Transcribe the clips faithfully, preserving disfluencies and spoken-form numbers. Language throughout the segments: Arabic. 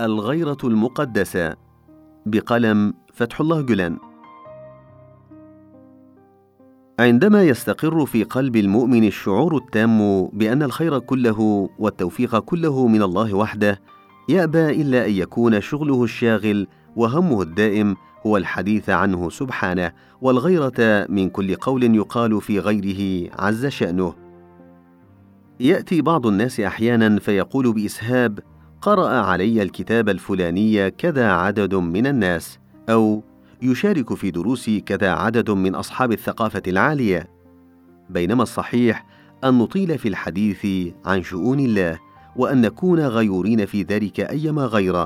الغيرة المقدسة بقلم فتح الله جولان. عندما يستقر في قلب المؤمن الشعور التام بأن الخير كله والتوفيق كله من الله وحده، يأبى إلا أن يكون شغله الشاغل وهمه الدائم هو الحديث عنه سبحانه، والغيرة من كل قول يقال في غيره عز شأنه. يأتي بعض الناس أحيانا فيقول بإسهاب: قرأ علي الكتاب الفلاني كذا عدد من الناس، أو يشارك في دروسي كذا عدد من أصحاب الثقافة العالية، بينما الصحيح أن نطيل في الحديث عن شؤون الله، وأن نكون غيورين في ذلك أيما غيرة.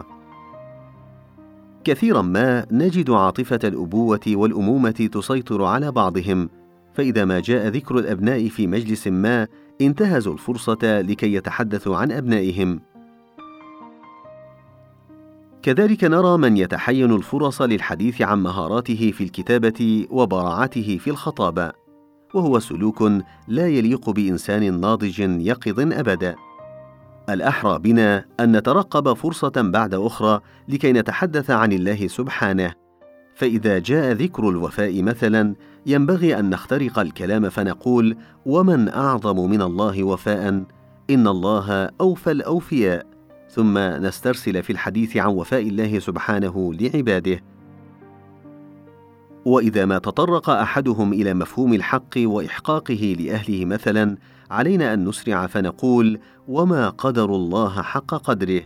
كثيرا ما نجد عاطفة الأبوة والأمومة تسيطر على بعضهم، فإذا ما جاء ذكر الأبناء في مجلس ما انتهزوا الفرصة لكي يتحدثوا عن أبنائهم. كذلك نرى من يتحين الفرص للحديث عن مهاراته في الكتابة وبراعته في الخطابة، وهو سلوك لا يليق بإنسان ناضج يقظ أبدا. الأحرى بنا أن نترقب فرصة بعد أخرى لكي نتحدث عن الله سبحانه، فإذا جاء ذكر الوفاء مثلا ينبغي أن نخترق الكلام فنقول: ومن أعظم من الله وفاء؟ إن الله أوفى الأوفياء، ثم نسترسل في الحديث عن وفاء الله سبحانه لعباده. وإذا ما تطرق أحدهم إلى مفهوم الحق وإحقاقه لأهله مثلا، علينا أن نسرع فنقول: وما قدر الله حق قدره،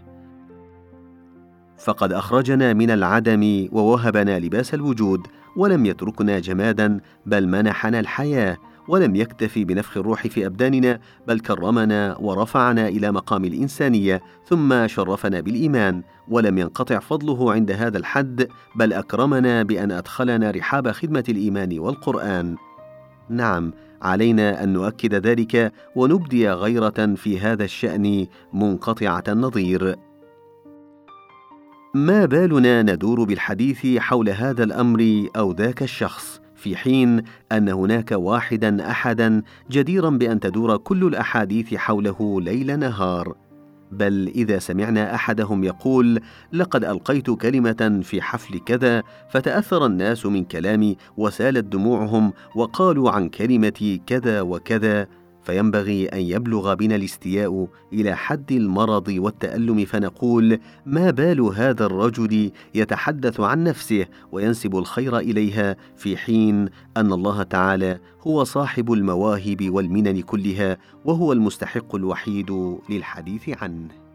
فقد أخرجنا من العدم ووهبنا لباس الوجود، ولم يتركنا جمادا بل منحنا الحياة، ولم يكتفي بنفخ الروح في أبداننا بل كرمنا ورفعنا إلى مقام الإنسانية، ثم شرفنا بالإيمان، ولم ينقطع فضله عند هذا الحد بل أكرمنا بأن أدخلنا رحاب خدمة الإيمان والقرآن. نعم، علينا أن نؤكد ذلك ونبدي غيرة في هذا الشأن منقطعة النظير. ما بالنا ندور بالحديث حول هذا الأمر أو ذاك الشخص، في حين أن هناك واحدا أحدا جديرا بأن تدور كل الأحاديث حوله ليل نهار. بل إذا سمعنا أحدهم يقول: لقد ألقيت كلمة في حفل كذا فتأثر الناس من كلامي وسالت دموعهم وقالوا عن كلمتي كذا وكذا، فينبغي أن يبلغ بنا الاستياء إلى حد المرض والتألم، فنقول: ما بال هذا الرجل يتحدث عن نفسه وينسب الخير إليها، في حين أن الله تعالى هو صاحب المواهب والمنن كلها، وهو المستحق الوحيد للحديث عنه.